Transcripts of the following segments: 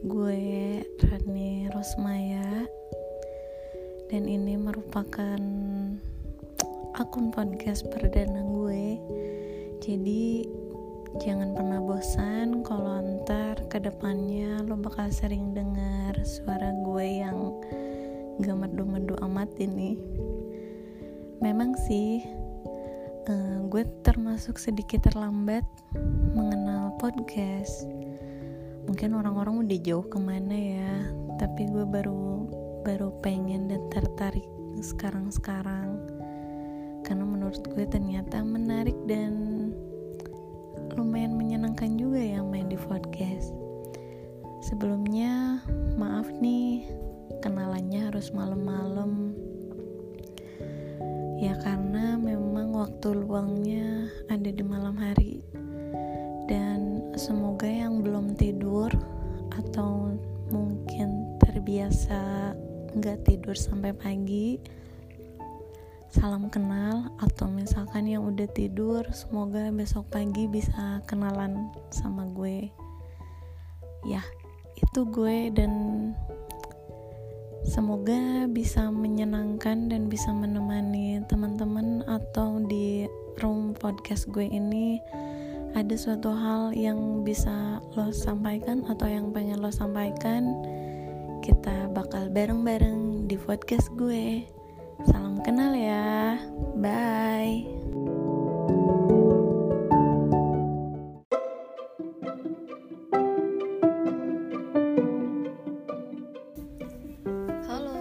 Gue Rani Rosmaya, dan ini merupakan akun podcast perdana gue. Jadi jangan pernah bosan kalau ntar kedepannya lo bakal sering dengar suara gue yang gak merdu-merdu amat ini. Memang sih gue termasuk sedikit terlambat mengenal podcast. Mungkin orang-orang udah jauh kemana ya, tapi gue baru pengen dan tertarik sekarang karena menurut gue ternyata menarik dan lumayan menyenangkan juga ya main di podcast. Sebelumnya maaf nih, kenalannya harus malam-malam ya, karena memang waktu luangnya ada di malam hari. Dan semoga yang belum tidur atau mungkin terbiasa gak tidur sampai pagi, salam kenal. Atau misalkan yang udah tidur, semoga besok pagi bisa kenalan sama gue. Ya, itu gue, dan semoga bisa menyenangkan dan bisa menemani teman-teman, atau di room podcast gue ini ada suatu hal yang bisa lo sampaikan atau yang pengen lo sampaikan. Kita bakal bareng-bareng di podcast gue. Salam kenal ya. Bye. Halo.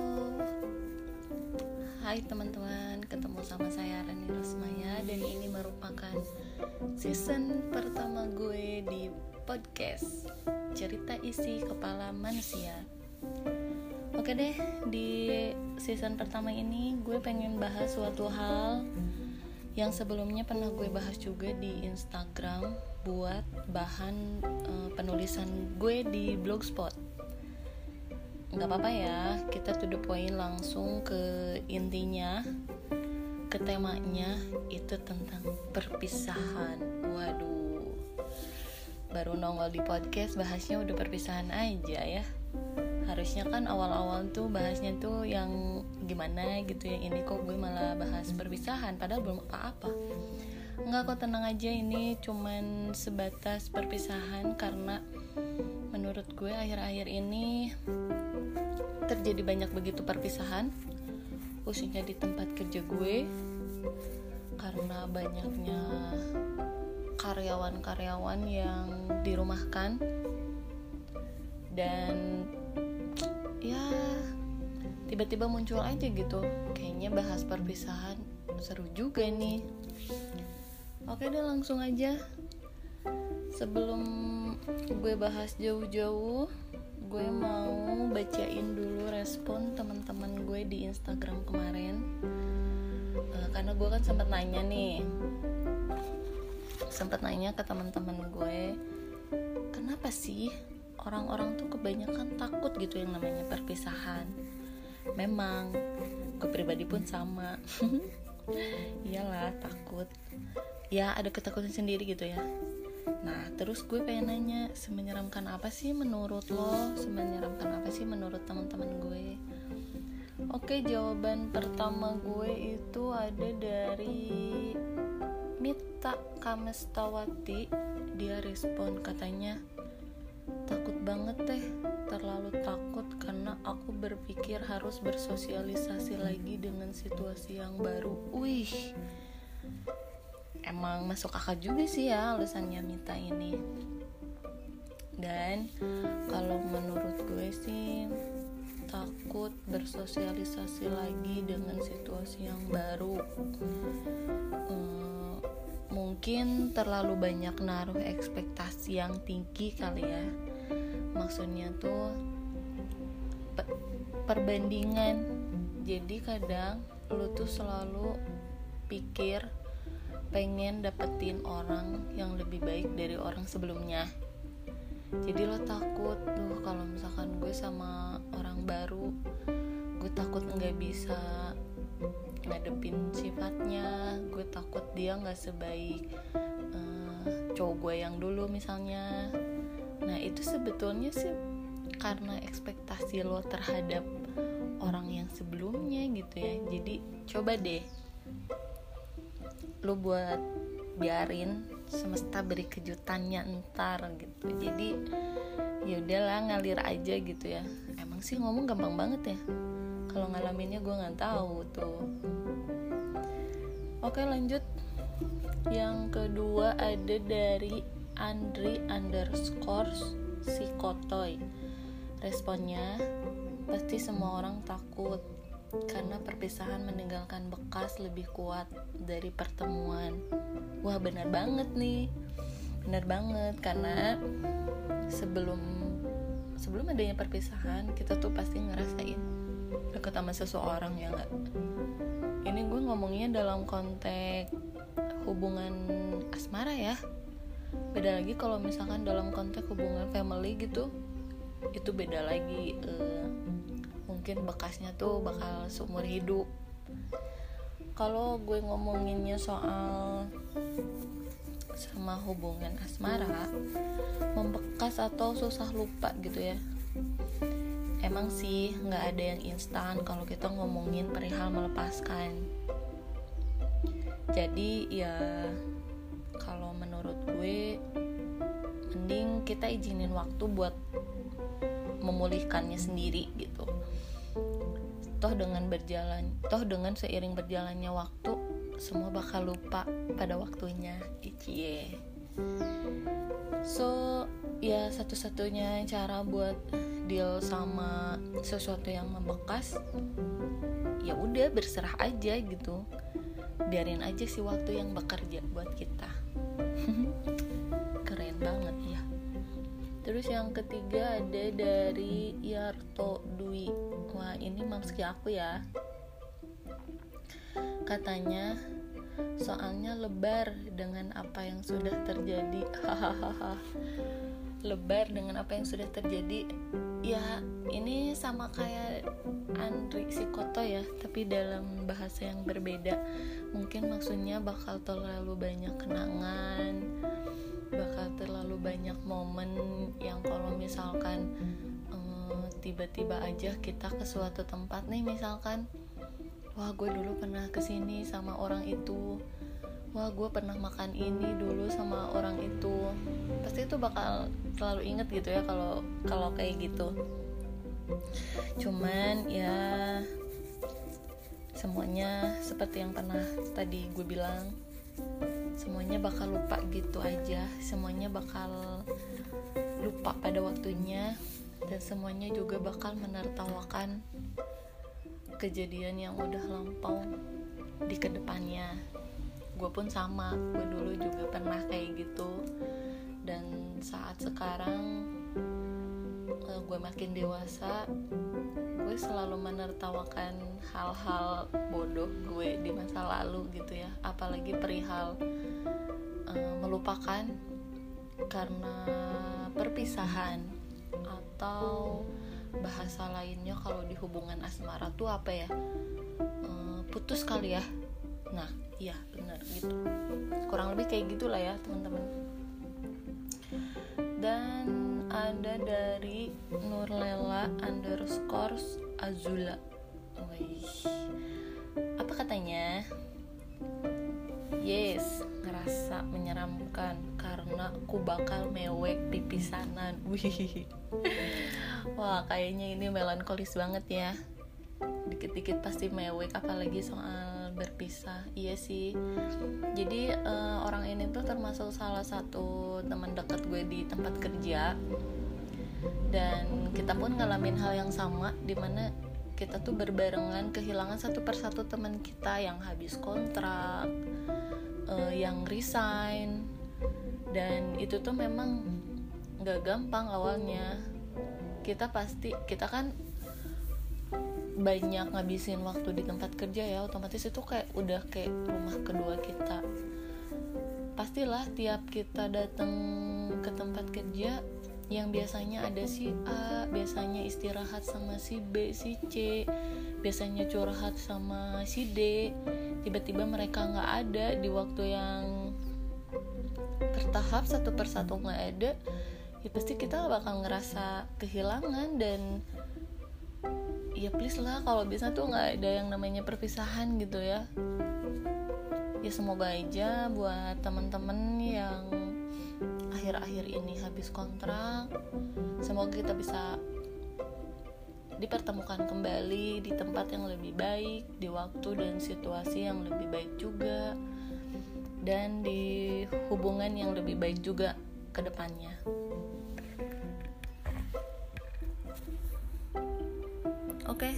Hai teman-teman, ketemu sama saya Rani Rosmaya, dan ini merupakan season pertama gue di podcast Cerita Isi Kepala Manusia. Oke deh, di season pertama ini gue pengen bahas suatu hal yang sebelumnya pernah gue bahas juga di Instagram buat bahan penulisan gue di Blogspot. Gak apa-apa ya, kita to the point, langsung ke intinya, ke temanya. Itu tentang perpisahan. Waduh, baru nongol di podcast bahasnya udah perpisahan aja ya. Harusnya kan awal-awal tuh bahasnya tuh yang gimana gitu ya. Ini kok gue malah bahas perpisahan, padahal belum apa-apa. Enggak kok, tenang aja, ini cuman sebatas perpisahan karena menurut gue akhir-akhir ini terjadi banyak begitu perpisahan, khususnya di tempat kerja gue, karena banyaknya karyawan-karyawan yang dirumahkan. Dan ya tiba-tiba muncul aja gitu, kayaknya bahas perpisahan seru juga nih. Oke deh, langsung aja. Sebelum gue bahas jauh-jauh, gue mau bacain dulu respon teman-teman gue di Instagram kemarin. Karena gue kan sempat nanya ke teman-teman gue, kenapa sih orang-orang tuh kebanyakan takut gitu yang namanya perpisahan. Memang gue pribadi pun sama. Iyalah, takut. Ya ada ketakutan sendiri gitu ya. Nah, terus gue pengen nanya, semenyeramkan apa sih menurut lo? Semenyeramkan apa sih menurut teman-teman gue? Oke, jawaban pertama gue itu ada dari Mita Kamestawati. Dia respon, katanya, takut banget deh, terlalu takut karena aku berpikir harus bersosialisasi lagi dengan situasi yang baru. Wih, emang masuk akal juga sih ya alasannya Mita ini. Dan kalau menurut gue sih, takut bersosialisasi lagi dengan situasi yang baru, mungkin terlalu banyak naruh ekspektasi yang tinggi kali ya. Maksudnya tuh perbandingan. Jadi kadang lu tuh selalu pikir pengen dapetin orang yang lebih baik dari orang sebelumnya. Jadi lo takut tuh kalau misalkan gue sama orang baru, gue takut nggak bisa ngadepin sifatnya, gue takut dia nggak sebaik cowok gue yang dulu misalnya. Nah itu sebetulnya sih karena ekspektasi lo terhadap orang yang sebelumnya gitu ya. Jadi coba deh lo buat biarin semesta beri kejutannya ntar gitu. Jadi ya udahlah, ngalir aja gitu ya. Emang sih ngomong gampang banget ya, kalau ngalaminnya gue nggak tahu tuh. Oke, lanjut. Yang kedua ada dari Andri_Sikotoy. Responnya, pasti semua orang takut karena perpisahan meninggalkan bekas lebih kuat dari pertemuan. Wah, benar banget nih. Benar banget, karena sebelum adanya perpisahan, kita tuh pasti ngerasain deket sama seseorang, ya nggak? Ini gue ngomongnya dalam konteks hubungan asmara ya. Beda lagi kalau misalkan dalam konteks hubungan family gitu, itu beda lagi. Mungkin bekasnya tuh bakal seumur hidup. Kalau gue ngomonginnya soal sama hubungan asmara, membekas atau susah lupa gitu ya, emang sih nggak ada yang instan kalau kita ngomongin perihal melepaskan. Jadi ya kalau menurut gue mending kita izinin waktu buat memulihkannya sendiri gitu. Toh dengan seiring berjalannya waktu, semua bakal lupa pada waktunya. Cie. So ya satu-satunya cara buat deal sama sesuatu yang membekas, ya udah berserah aja gitu. Biarin aja si waktu yang bekerja buat kita. Keren banget ya. Terus yang ketiga ada dari Yarto Dwi. Wah, ini mamski aku ya. Katanya, soalnya lebar dengan apa yang sudah terjadi. Hahaha. Lebar dengan apa yang sudah terjadi. Ya, ini sama kayak Andri Sikoto ya, tapi dalam bahasa yang berbeda. Mungkin maksudnya bakal terlalu banyak kenangan, bakal terlalu banyak momen yang kalau misalkan tiba-tiba aja kita ke suatu tempat nih, misalkan, wah gue dulu pernah kesini sama orang itu, wah gue pernah makan ini dulu sama orang itu, pasti itu bakal selalu inget gitu ya kalau kayak gitu. Cuman ya semuanya seperti yang pernah tadi gue bilang, semuanya bakal lupa gitu aja, semuanya bakal lupa pada waktunya, dan semuanya juga bakal menertawakan kejadian yang udah lampau di kedepannya. Gue pun sama, gue dulu juga pernah kayak gitu, dan saat sekarang gue makin dewasa, gue selalu menertawakan hal-hal bodoh gue di masa lalu gitu ya, apalagi perihal melupakan karena perpisahan, atau bahasa lainnya kalau di hubungan asmara tuh apa ya, putus kali ya. Nah iya benar gitu, kurang lebih kayak gitulah ya teman-teman. Dan ada dari Nurlela_Azula. Wih, apa katanya? Yes, ngerasa menyeramkan karena aku bakal mewek pipisanan. Wih, wah kayaknya ini melankolis banget ya. Dikit-dikit pasti mewek, apalagi soal berpisah. Iya sih. Jadi orang ini tuh termasuk salah satu teman dekat gue di tempat kerja, dan kita pun ngalamin hal yang sama, dimana kita tuh berbarengan kehilangan satu persatu teman kita yang habis kontrak, yang resign, dan itu tuh memang gak gampang awalnya. Kita kan banyak ngabisin waktu di tempat kerja ya, otomatis itu kayak udah kayak rumah kedua kita. Pastilah tiap kita datang ke tempat kerja, yang biasanya ada si A, biasanya istirahat sama si B, si C, biasanya curhat sama si D, tiba-tiba mereka gak ada di waktu yang bertahap, satu persatu gak ada. ya pasti kita bakal ngerasa kehilangan. Dan ya please lah, kalau bisa tuh nggak ada yang namanya perpisahan gitu ya. Ya semoga aja buat teman-teman yang akhir-akhir ini habis kontrak, semoga kita bisa dipertemukan kembali di tempat yang lebih baik, di waktu dan situasi yang lebih baik juga, dan di hubungan yang lebih baik juga ke depannya. Oke.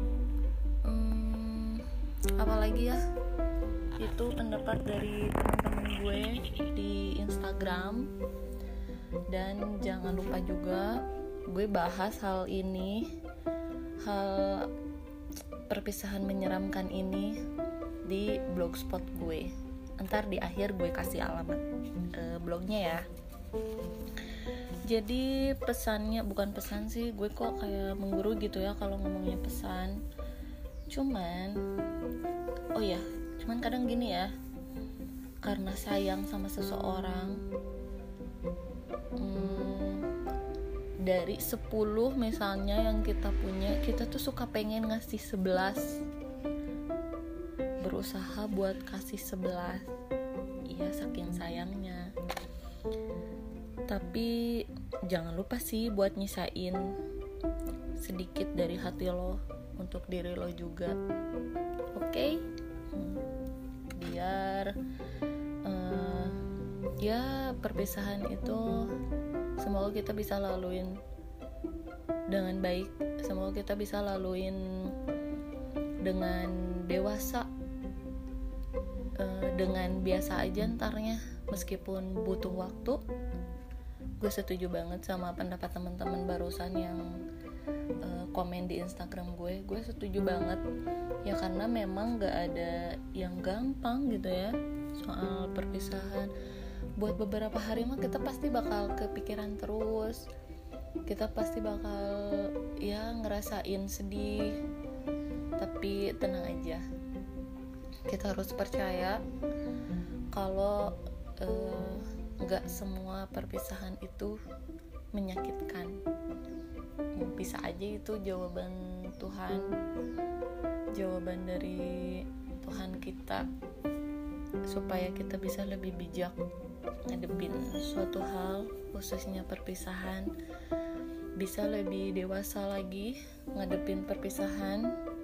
Apalagi ya? Itu pendapat dari teman-teman gue di Instagram. Dan jangan lupa juga gue bahas hal ini, hal perpisahan menyeramkan ini di blogspot gue. Ntar di akhir gue kasih alamat blognya ya. Jadi pesannya, bukan pesan sih, gue kok kayak mengguru gitu ya kalau ngomongnya pesan. Cuman kadang gini ya, karena sayang sama seseorang, dari 10 misalnya yang kita punya, kita tuh suka pengen ngasih 11, berusaha buat kasih 11. Iya, saking sayangnya. Tapi jangan lupa sih buat nyisain sedikit dari hati lo untuk diri lo juga. Oke? Biar ya perpisahan itu semoga kita bisa laluin dengan baik, semoga kita bisa laluin dengan dewasa, dengan biasa aja ntarnya, meskipun butuh waktu. Gue setuju banget sama pendapat teman-teman barusan yang komen di Instagram gue setuju banget ya, karena memang gak ada yang gampang gitu ya soal perpisahan. Buat beberapa hari mah kita pasti bakal kepikiran terus, kita pasti bakal ya ngerasain sedih, tapi tenang aja, kita harus percaya kalau gak semua perpisahan itu menyakitkan. Bisa aja itu jawaban Tuhan, jawaban dari Tuhan kita, supaya kita bisa lebih bijak ngadepin suatu hal, khususnya perpisahan, bisa lebih dewasa lagi ngadepin perpisahan.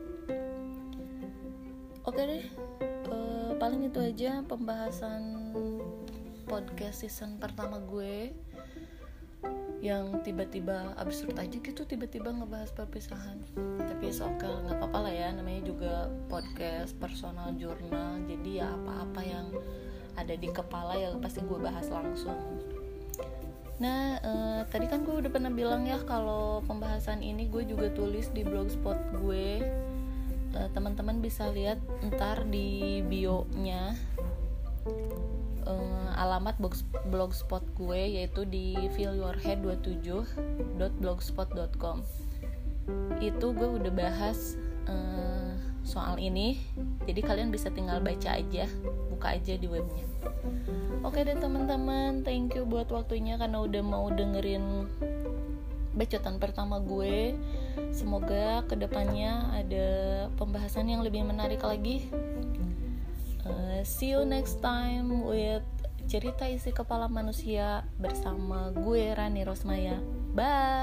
Oke deh, paling itu aja pembahasan podcast season pertama gue yang tiba-tiba absurd aja gitu, tiba-tiba ngebahas perpisahan. Tapi oke, nggak apa-apa lah ya, namanya juga podcast personal journal, jadi ya apa-apa yang ada di kepala ya pasti gue bahas langsung. Nah, tadi kan gue udah pernah bilang ya kalau pembahasan ini gue juga tulis di blogspot gue. Teman-teman bisa lihat ntar di bio-nya alamat blogspot gue, yaitu di feelyourhead27.blogspot.com. Itu gue udah bahas soal ini, jadi kalian bisa tinggal baca aja, buka aja di webnya. Oke deh teman-teman, thank you buat waktunya karena udah mau dengerin bacotan pertama gue. Semoga kedepannya ada pembahasan yang lebih menarik lagi. See you next time with cerita isi kepala manusia bersama gue Rani Rosmaya. Bye.